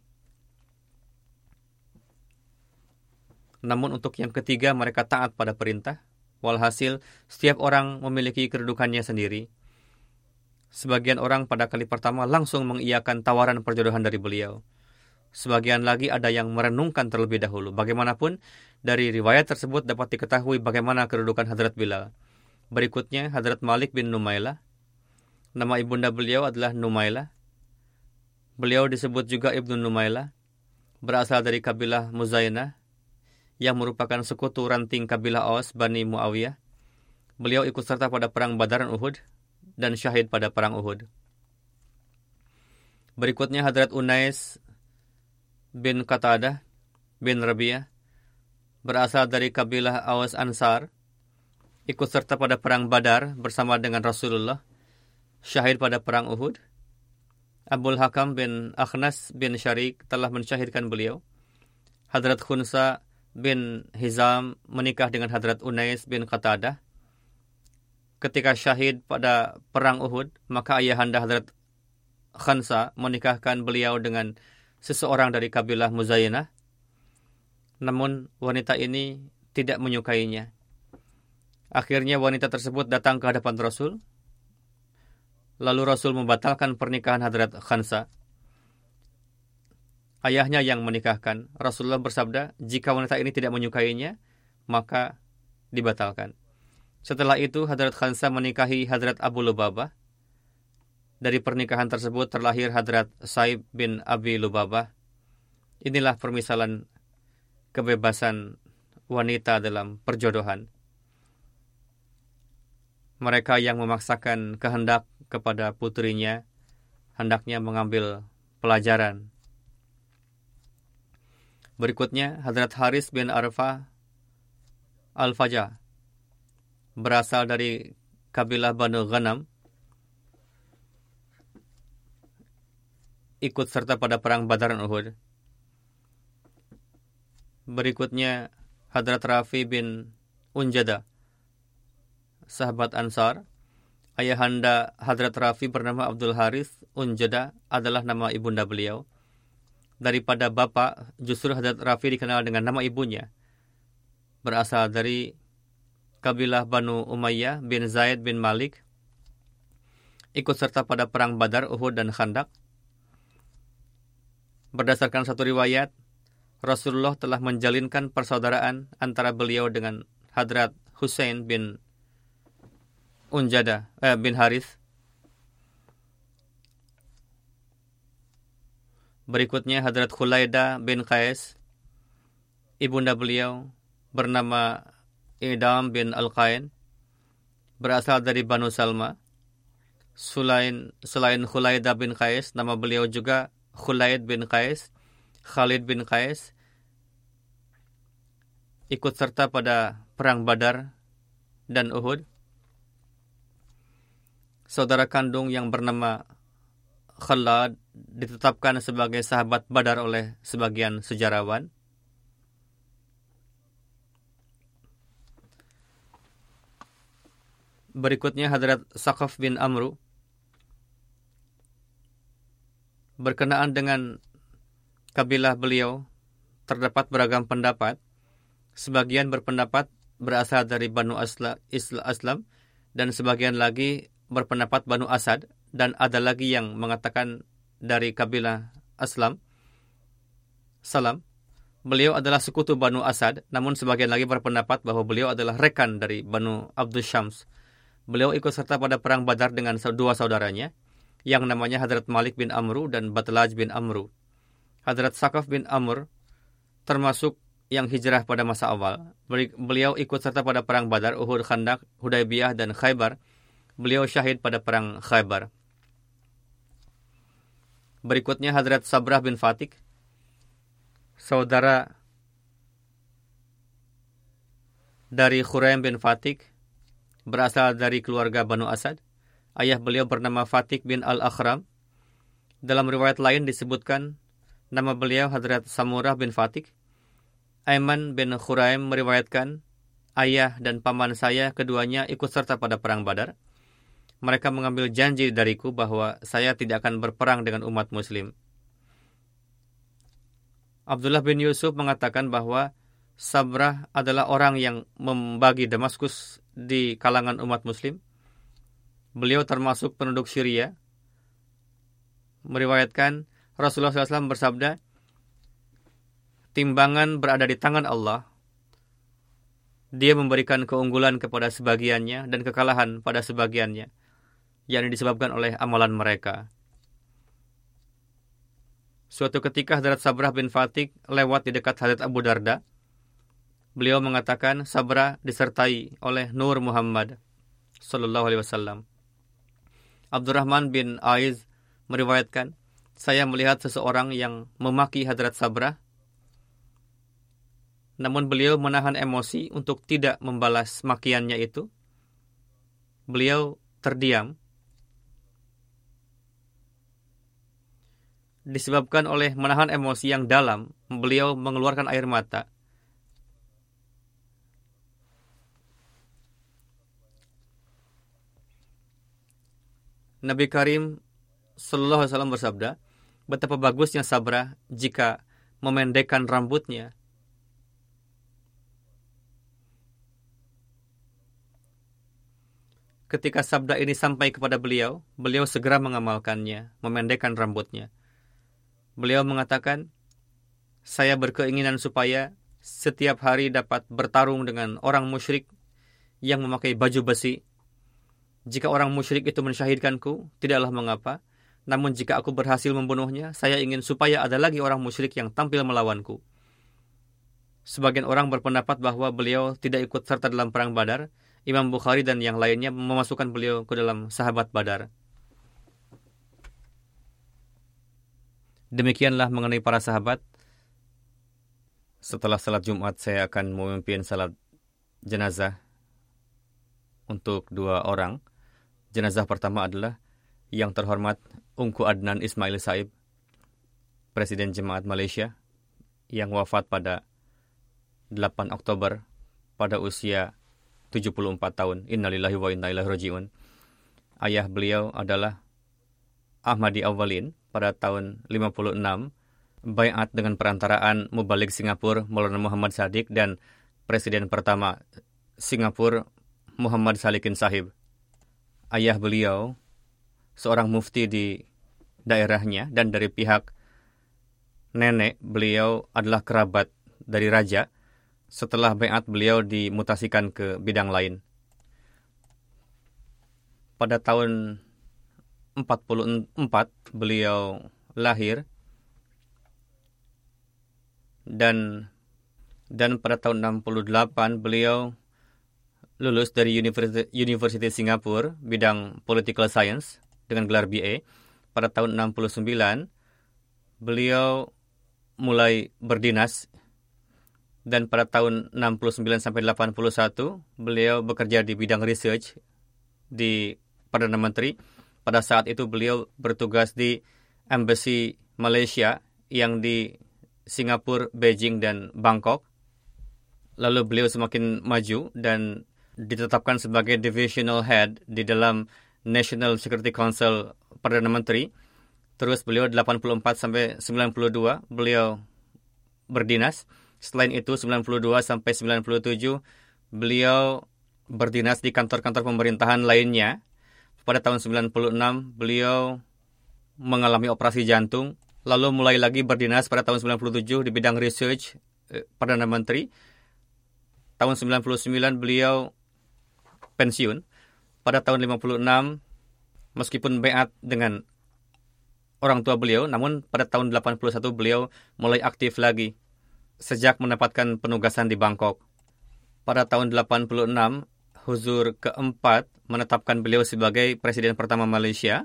Namun untuk yang ketiga mereka taat pada perintah. Walhasil setiap orang memiliki kedudukannya sendiri. Sebagian orang pada kali pertama langsung mengiyakan tawaran perjodohan dari beliau. Sebagian lagi ada yang merenungkan terlebih dahulu. Bagaimanapun, dari riwayat tersebut dapat diketahui bagaimana kedudukan Hadrat Bilal. Berikutnya, Hadrat Malik bin Numailah. Nama ibunda beliau adalah Numailah. Beliau disebut juga Ibnu Numailah. Berasal dari kabilah Muzainah, yang merupakan sekutu ranting kabilah Aus Bani Muawiyah. Beliau ikut serta pada perang Badar dan Uhud, dan syahid pada perang Uhud. Berikutnya Hadrat Unais bin Qatadah bin Rabi'ah, berasal dari kabilah Aus Ansar, ikut serta pada perang Badar bersama dengan Rasulullah, syahid pada perang Uhud. Abul Hakam bin Akhnas bin Syarik telah mensyahidkan beliau. Hadrat Khunsa bin Hizam menikah dengan Hadrat Unais bin Qatadah. Ketika syahid pada perang Uhud, maka ayahanda Hadrat Khansa menikahkan beliau dengan seseorang dari kabilah Muzainah. Namun wanita ini tidak menyukainya. Akhirnya wanita tersebut datang ke hadapan Rasul. Lalu Rasul membatalkan pernikahan Hadrat Khansa. Ayahnya yang menikahkan. Rasulullah bersabda, jika wanita ini tidak menyukainya, maka dibatalkan. Setelah itu Hadrat Khansa menikahi Hadrat Abu Lubabah. Dari pernikahan tersebut terlahir Hadrat Saib bin Abi Lubabah. Inilah permisalan kebebasan wanita dalam perjodohan. Mereka yang memaksakan kehendak kepada putrinya hendaknya mengambil pelajaran. Berikutnya Hadrat Haris bin Arfa Al-Fajah berasal dari kabilah Banu Ghanam, ikut serta pada perang Badar dan Uhud. Berikutnya Hadrat Rafi bin Unjada, sahabat Ansar. Ayahanda Hadrat Rafi bernama Abdul Haris. Unjada adalah nama ibunda beliau. Daripada bapak, justru Hadrat Rafi dikenal dengan nama ibunya. Berasal dari kabilah Banu Umayyah bin Zaid bin Malik. Ikut serta pada perang Badar, Uhud, dan Khandak. Berdasarkan satu riwayat, Rasulullah telah menjalinkan persaudaraan antara beliau dengan Hadrat Husain bin Unjada bin Haris. Berikutnya Hadrat Khulaida bin Qais. Ibunda beliau bernama Idam bin Al-Qain, berasal dari Banu Salma. Selain Khulaida bin Qais, nama beliau juga Khulaid bin Qais, Khalid bin Qais. Ikut serta pada perang Badar dan Uhud. Saudara kandung yang bernama Khalad ditetapkan sebagai sahabat Badar oleh sebagian sejarawan. Berikutnya Hadrat Saqaf bin Amru. Berkenaan dengan kabilah beliau, terdapat beragam pendapat. Sebagian berpendapat berasal dari Banu Aslam, dan sebagian lagi berpendapat Banu Asad, dan ada lagi yang mengatakan dari kabilah Salam. Beliau adalah sekutu Banu Asad, namun sebagian lagi berpendapat bahwa beliau adalah rekan dari Banu Abdul Syams. Beliau ikut serta pada perang Badar dengan dua saudaranya, yang namanya Hadrat Malik bin Amru dan Batlaj bin Amru. Hadrat Saqaf bin Amr termasuk yang hijrah pada masa awal. Beliau ikut serta pada perang Badar, Uhud, Khandak, Hudaybiyah, dan Khaybar. Beliau syahid pada perang Khaybar. Berikutnya Hadrat Sabrah bin Fatik, saudara dari Khuraim bin Fatik, berasal dari keluarga Banu Asad. Ayah beliau bernama Fatik bin Al-Akhram. Dalam riwayat lain disebutkan nama beliau Hadrat Samurah bin Fatik. Aiman bin Khuraim meriwayatkan, ayah dan paman saya keduanya ikut serta pada perang Badar. Mereka mengambil janji dariku bahwa saya tidak akan berperang dengan umat muslim. Abdullah bin Yusuf mengatakan bahwa Sabrah adalah orang yang membagi Damaskus di kalangan umat muslim. Beliau termasuk penduduk Syria. Meriwayatkan Rasulullah SAW bersabda, timbangan berada di tangan Allah. Dia memberikan keunggulan kepada sebagiannya dan kekalahan pada sebagiannya, yakni disebabkan oleh amalan mereka. Suatu ketika Hadrat Sabrah bin Fatik lewat di dekat Hadrat Abu Darda. Beliau mengatakan Sabrah disertai oleh Nur Muhammad sallallahu alaihi wasallam. Abdurrahman bin Aiz meriwayatkan, saya melihat seseorang yang memaki Hadrat Sabrah, namun beliau menahan emosi untuk tidak membalas makiannya itu. Beliau terdiam. Disebabkan oleh menahan emosi yang dalam, beliau mengeluarkan air mata. Nabi Karim sallallahu alaihi wasallam bersabda, betapa bagusnya Sabrah jika memendekkan rambutnya. ketika sabda ini sampai kepada beliau, beliau segera mengamalkannya, memendekkan rambutnya. Beliau mengatakan, saya berkeinginan supaya setiap hari dapat bertarung dengan orang musyrik yang memakai baju besi. Jika orang musyrik itu mensyahidkanku, tidaklah mengapa. Namun jika aku berhasil membunuhnya, saya ingin supaya ada lagi orang musyrik yang tampil melawanku. Sebagian orang berpendapat bahwa beliau tidak ikut serta dalam perang Badar. Imam Bukhari dan yang lainnya memasukkan beliau ke dalam sahabat Badar. Demikianlah mengenai para sahabat. Setelah salat Jumat, saya akan memimpin salat jenazah untuk 2 orang. Jenazah pertama adalah yang terhormat Ungku Adnan Ismail Saib, Presiden Jemaat Malaysia, yang wafat pada 8 Oktober pada usia 74 tahun. Innalillahi wa inna ilaihi raji'un. Ayah beliau adalah Ahmadi Awalin pada tahun 56, baiat dengan perantaraan Mubalik Singapura Maulana Muhammad Sadiq dan Presiden pertama Singapura Muhammad Salikin Sahib. Ayah beliau seorang mufti di daerahnya, dan dari pihak nenek beliau adalah kerabat dari raja. Setelah baiat beliau dimutasikan ke bidang lain. Pada tahun 44 beliau lahir, dan pada tahun 68 beliau lulus dari University Singapura bidang Political Science dengan gelar BA. Pada tahun 69 beliau mulai berdinas, dan pada tahun 69 sampai 81 beliau bekerja di bidang research di Perdana Menteri. Pada saat itu beliau bertugas di Embassy Malaysia yang di Singapura, Beijing, dan Bangkok. Lalu beliau semakin maju dan ditetapkan sebagai Divisional Head di dalam National Security Council Perdana Menteri. Terus beliau 84 sampai 92 beliau berdinas. Selain itu 92 sampai 97 beliau berdinas di kantor-kantor pemerintahan lainnya. Pada tahun 96 beliau mengalami operasi jantung. Lalu mulai lagi berdinas pada tahun 97 di bidang research Perdana Menteri. Tahun 99 beliau pensiun. Pada tahun 56, meskipun baiat dengan orang tua beliau, namun pada tahun 81 beliau mulai aktif lagi sejak mendapatkan penugasan di Bangkok. Pada tahun 86, Huzur keempat menetapkan beliau sebagai Presiden pertama Malaysia.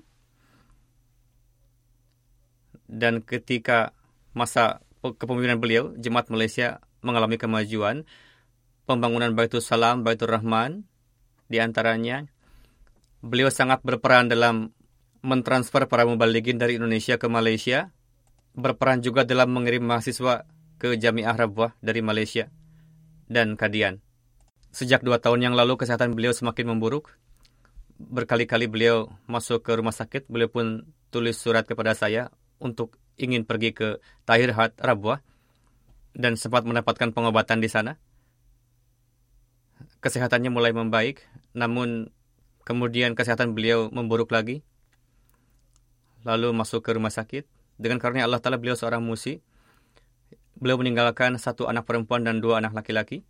Dan ketika masa kepemimpinan beliau, Jemaat Malaysia mengalami kemajuan. Pembangunan Baitul Salam, Baitul Rahman, di antaranya. Beliau sangat berperan dalam mentransfer para mubalighin dari Indonesia ke Malaysia. Berperan juga dalam mengirim mahasiswa ke Jamiah Rabwah dari Malaysia dan Kadian. Sejak 2 tahun yang lalu kesehatan beliau semakin memburuk. Berkali-kali beliau masuk ke rumah sakit. Beliau pun tulis surat kepada saya untuk ingin pergi ke Tahir Hat Rabwah dan sempat mendapatkan pengobatan di sana. Kesehatannya mulai membaik, namun kemudian kesehatan beliau memburuk lagi. Lalu masuk ke rumah sakit. Dengan karunia Allah Ta'ala beliau seorang musi. Beliau meninggalkan 1 anak perempuan dan 2 anak laki-laki.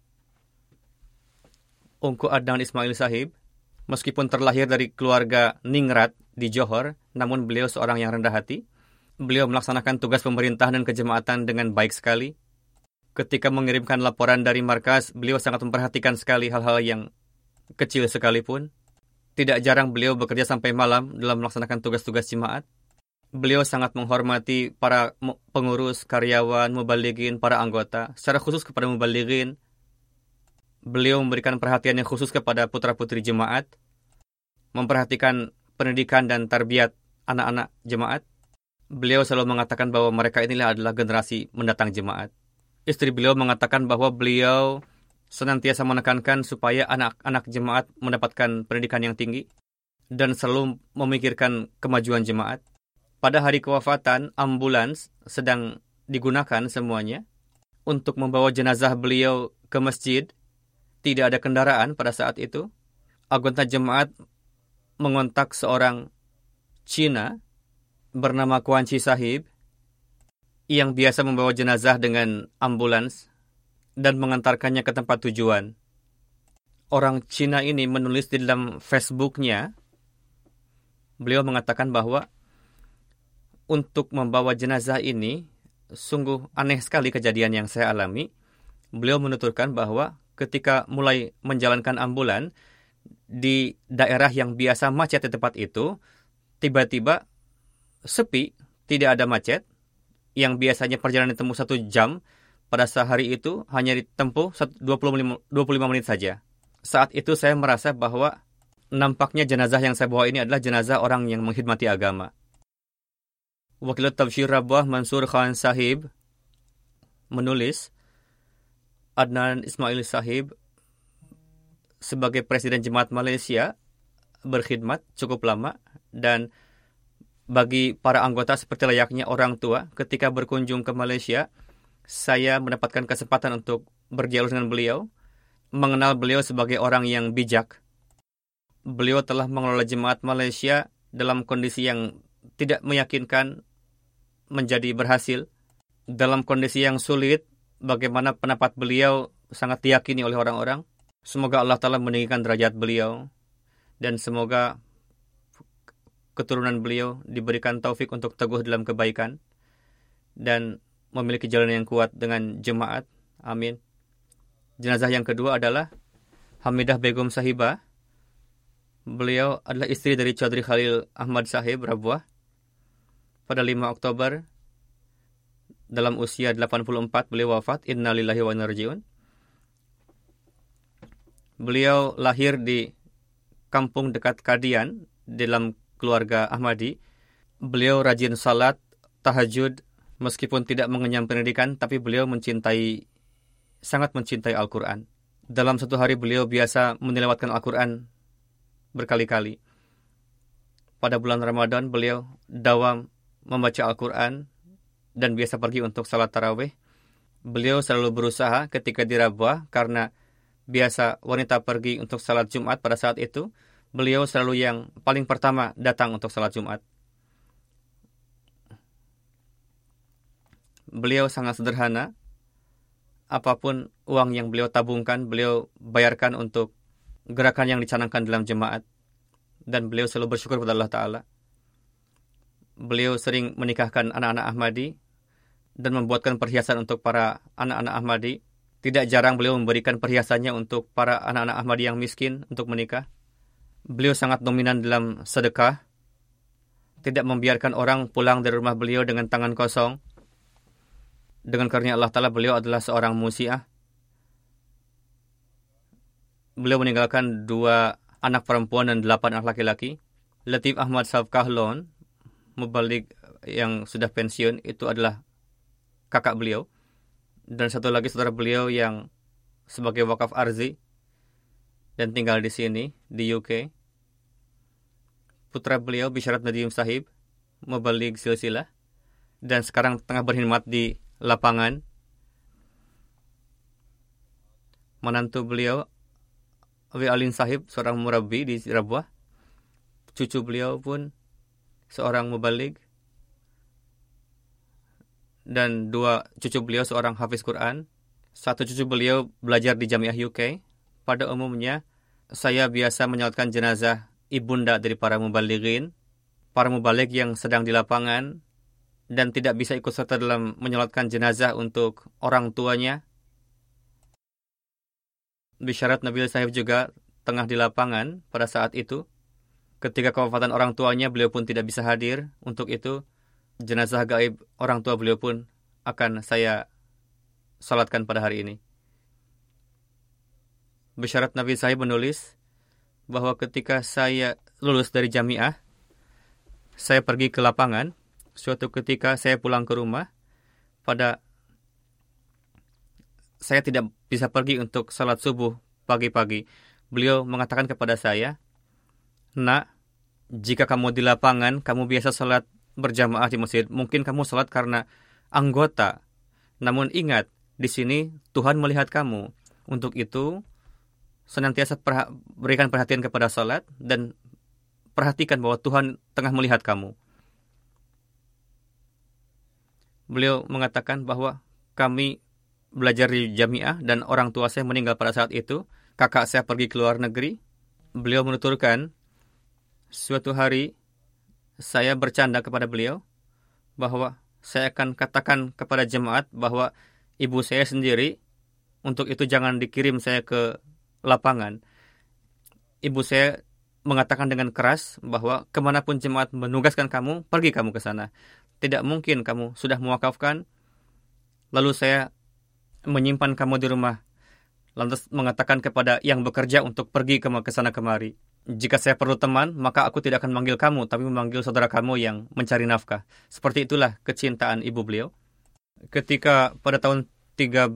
Ungku Adnan Ismail Sahib, meskipun terlahir dari keluarga ningrat di Johor, namun beliau seorang yang rendah hati. Beliau melaksanakan tugas pemerintahan dan kejemaatan dengan baik sekali. Ketika mengirimkan laporan dari markas, beliau sangat memperhatikan sekali hal-hal yang kecil sekalipun. Tidak jarang beliau bekerja sampai malam dalam melaksanakan tugas-tugas jemaat. Beliau sangat menghormati para pengurus, karyawan, mubalighin, para anggota. Secara khusus kepada mubalighin, beliau memberikan perhatian yang khusus kepada putra-putri jemaat, memperhatikan pendidikan dan tarbiyat anak-anak jemaat. Beliau selalu mengatakan bahwa mereka inilah adalah generasi mendatang jemaat. Istri beliau mengatakan bahwa beliau senantiasa menekankan supaya anak-anak jemaat mendapatkan pendidikan yang tinggi dan selalu memikirkan kemajuan jemaat. Pada hari kewafatan, ambulans sedang digunakan semuanya untuk membawa jenazah beliau ke masjid. Tidak ada kendaraan pada saat itu. Anggota jemaat mengontak seorang Cina bernama Kuanci Sahib yang biasa membawa jenazah dengan ambulans dan mengantarkannya ke tempat tujuan. Orang Cina ini menulis di dalam Facebook-nya, beliau mengatakan bahwa untuk membawa jenazah ini sungguh aneh sekali kejadian yang saya alami. Beliau menuturkan bahwa ketika mulai menjalankan ambulan di daerah yang biasa macet di tempat itu, tiba-tiba sepi, tidak ada macet. Yang biasanya perjalanan ditempuh 1 jam, pada sehari itu hanya ditempuh 25 menit saja. Saat itu saya merasa bahwa nampaknya jenazah yang saya bawa ini adalah jenazah orang yang menghormati agama. Wakil Tabshir Rabwah Mansur Khan Sahib menulis, Adnan Ismail Sahib sebagai Presiden Jemaat Malaysia berkhidmat cukup lama, dan bagi para anggota seperti layaknya orang tua, ketika berkunjung ke Malaysia, saya mendapatkan kesempatan untuk berdialog dengan beliau, mengenal beliau sebagai orang yang bijak. Beliau telah mengelola jemaat Malaysia dalam kondisi yang tidak meyakinkan menjadi berhasil. Dalam kondisi yang sulit, bagaimana pendapat beliau sangat diyakini oleh orang-orang. Semoga Allah Ta'ala meninggikan derajat beliau, dan semoga keturunan beliau diberikan taufik untuk teguh dalam kebaikan dan memiliki jalan yang kuat dengan jemaat. Amin. Jenazah yang kedua adalah Hamidah Begum Sahibah. Beliau adalah istri dari Chaudhry Khalil Ahmad Sahib Rabwah. Pada 5 Oktober dalam usia 84 beliau wafat. Innalillahi wa inna ilaihi raji'un. Beliau lahir di kampung dekat Kadian dalam keluarga Ahmadi. Beliau rajin salat, tahajud, meskipun tidak mengenyam pendidikan, tapi beliau sangat mencintai Al-Quran. Dalam satu hari beliau biasa menilawatkan Al-Quran berkali-kali. Pada bulan Ramadan beliau dawam membaca Al-Quran dan biasa pergi untuk salat tarawih. Beliau selalu berusaha ketika di Rabwah, karena biasa wanita pergi untuk salat Jumat pada saat itu, beliau selalu yang paling pertama datang untuk salat Jumat. Beliau sangat sederhana. Apapun uang yang beliau tabungkan, beliau bayarkan untuk gerakan yang dicanangkan dalam jemaat. Dan beliau selalu bersyukur kepada Allah Ta'ala. Beliau sering menikahkan anak-anak Ahmadi dan membuatkan perhiasan untuk para anak-anak Ahmadi. Tidak jarang beliau memberikan perhiasannya untuk para anak-anak Ahmadi yang miskin untuk menikah. Beliau sangat dominan dalam sedekah, tidak membiarkan orang pulang dari rumah beliau dengan tangan kosong. Dengan karunia Allah Ta'ala, beliau adalah seorang musiah. Beliau meninggalkan 2 anak perempuan dan 8 anak laki-laki. Latif Ahmad Sahib Kahlon, mubalik yang sudah pensiun, itu adalah kakak beliau. Dan satu lagi saudara beliau yang sebagai wakaf arzi dan tinggal di sini, di UK. Putra beliau, Bisharat Nadim Sahib, mubalik silsilah, dan sekarang tengah berkhidmat di lapangan. Menantu beliau, Awi Alin Sahib, seorang murabbi di Rabwah. Cucu beliau pun seorang mubalik. Dan 2 cucu beliau seorang hafiz Quran. 1 cucu beliau belajar di Jamiah UK. Pada umumnya, saya biasa menyolatkan jenazah ibunda dari para mubalighin, para mubalik yang sedang di lapangan dan tidak bisa ikut serta dalam menyolatkan jenazah untuk orang tuanya. Bisharat Nabil Sahib juga tengah di lapangan pada saat itu. Ketika kewafatan orang tuanya, beliau pun tidak bisa hadir. Untuk itu, jenazah gaib orang tua beliau pun akan saya salatkan pada hari ini. Bisharat Nabi Sahib menulis bahwa ketika saya lulus dari jamiah, saya pergi ke lapangan. Suatu ketika saya pulang ke rumah, saya tidak bisa pergi untuk salat subuh pagi-pagi. Beliau mengatakan kepada saya, "Nak, jika kamu di lapangan, kamu biasa salat berjamaah di masjid. Mungkin kamu salat karena anggota. Namun ingat, di sini Tuhan melihat kamu. Untuk itu, senantiasa berikan perhatian kepada salat dan perhatikan bahwa Tuhan tengah melihat kamu. Beliau mengatakan bahwa kami belajar di jamiah dan orang tua saya meninggal pada saat itu. Kakak saya pergi ke luar negeri. Beliau menuturkan, suatu hari saya bercanda kepada beliau bahwa saya akan katakan kepada jemaat bahwa ibu saya sendiri, untuk itu jangan dikirim saya ke lapangan. Ibu saya mengatakan dengan keras bahwa kemanapun jemaat menugaskan kamu, pergi kamu ke sana. Tidak mungkin kamu sudah mewakafkan, lalu saya menyimpan kamu di rumah, lantas mengatakan kepada yang bekerja untuk pergi ke sana kemari. Jika saya perlu teman, maka aku tidak akan manggil kamu, tapi memanggil saudara kamu yang mencari nafkah. Seperti itulah kecintaan ibu beliau. Ketika pada tahun 13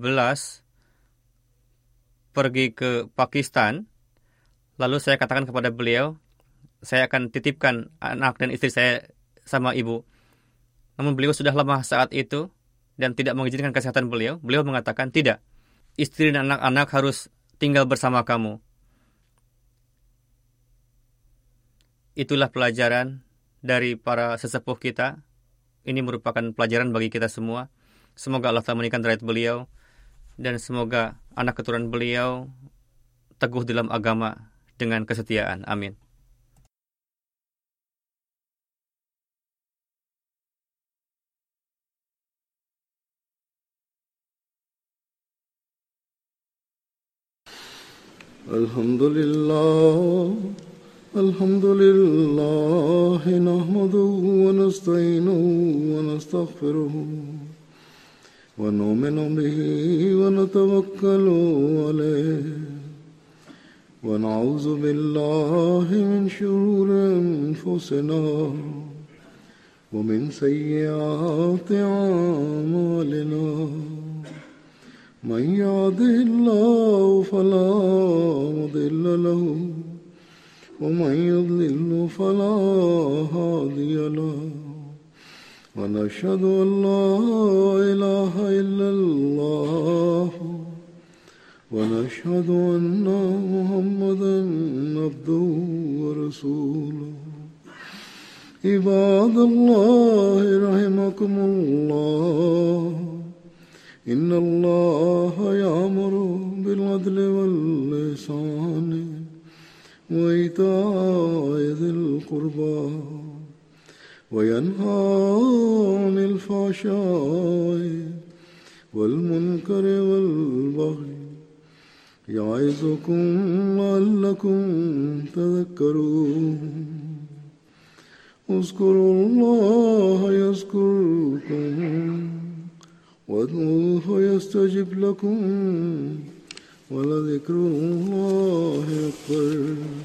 pergi ke Pakistan, lalu saya katakan kepada beliau, saya akan titipkan anak dan istri saya sama ibu. Namun beliau sudah lemah saat itu dan tidak mengizinkan kesehatan beliau. Beliau mengatakan, tidak, istri dan anak-anak harus tinggal bersama kamu. Itulah pelajaran dari para sesepuh kita. Ini merupakan pelajaran bagi kita semua. Semoga Allah telah meningkatkan derajat beliau, dan semoga anak keturunan beliau teguh dalam agama dengan kesetiaan. Amin.
Alhamdulillah, nahmaduhu wa nasta'inuhu wa nastaghfiruhu wa nu'minu bihi wa natawakkalu alayhi wa na'udzu billahi min shururi anfusina wa min sayyiati a'malina. من يهده الله فلا مضل له ومن يضلل فلا هادي له ونشهد أن لا إله إلا الله ونشهد أن محمدا عبده ورسوله. عباد الله رحمكم الله، إن الله يأمر بالعدل والإحسان وإيتاء ذي القربى وينهى عن الفحشاء والمنكر والبغي يعظكم لعلكم تذكرون. اذكروا الله يذكركم وادعوه يستجب لكم ولذكر الله أكبر.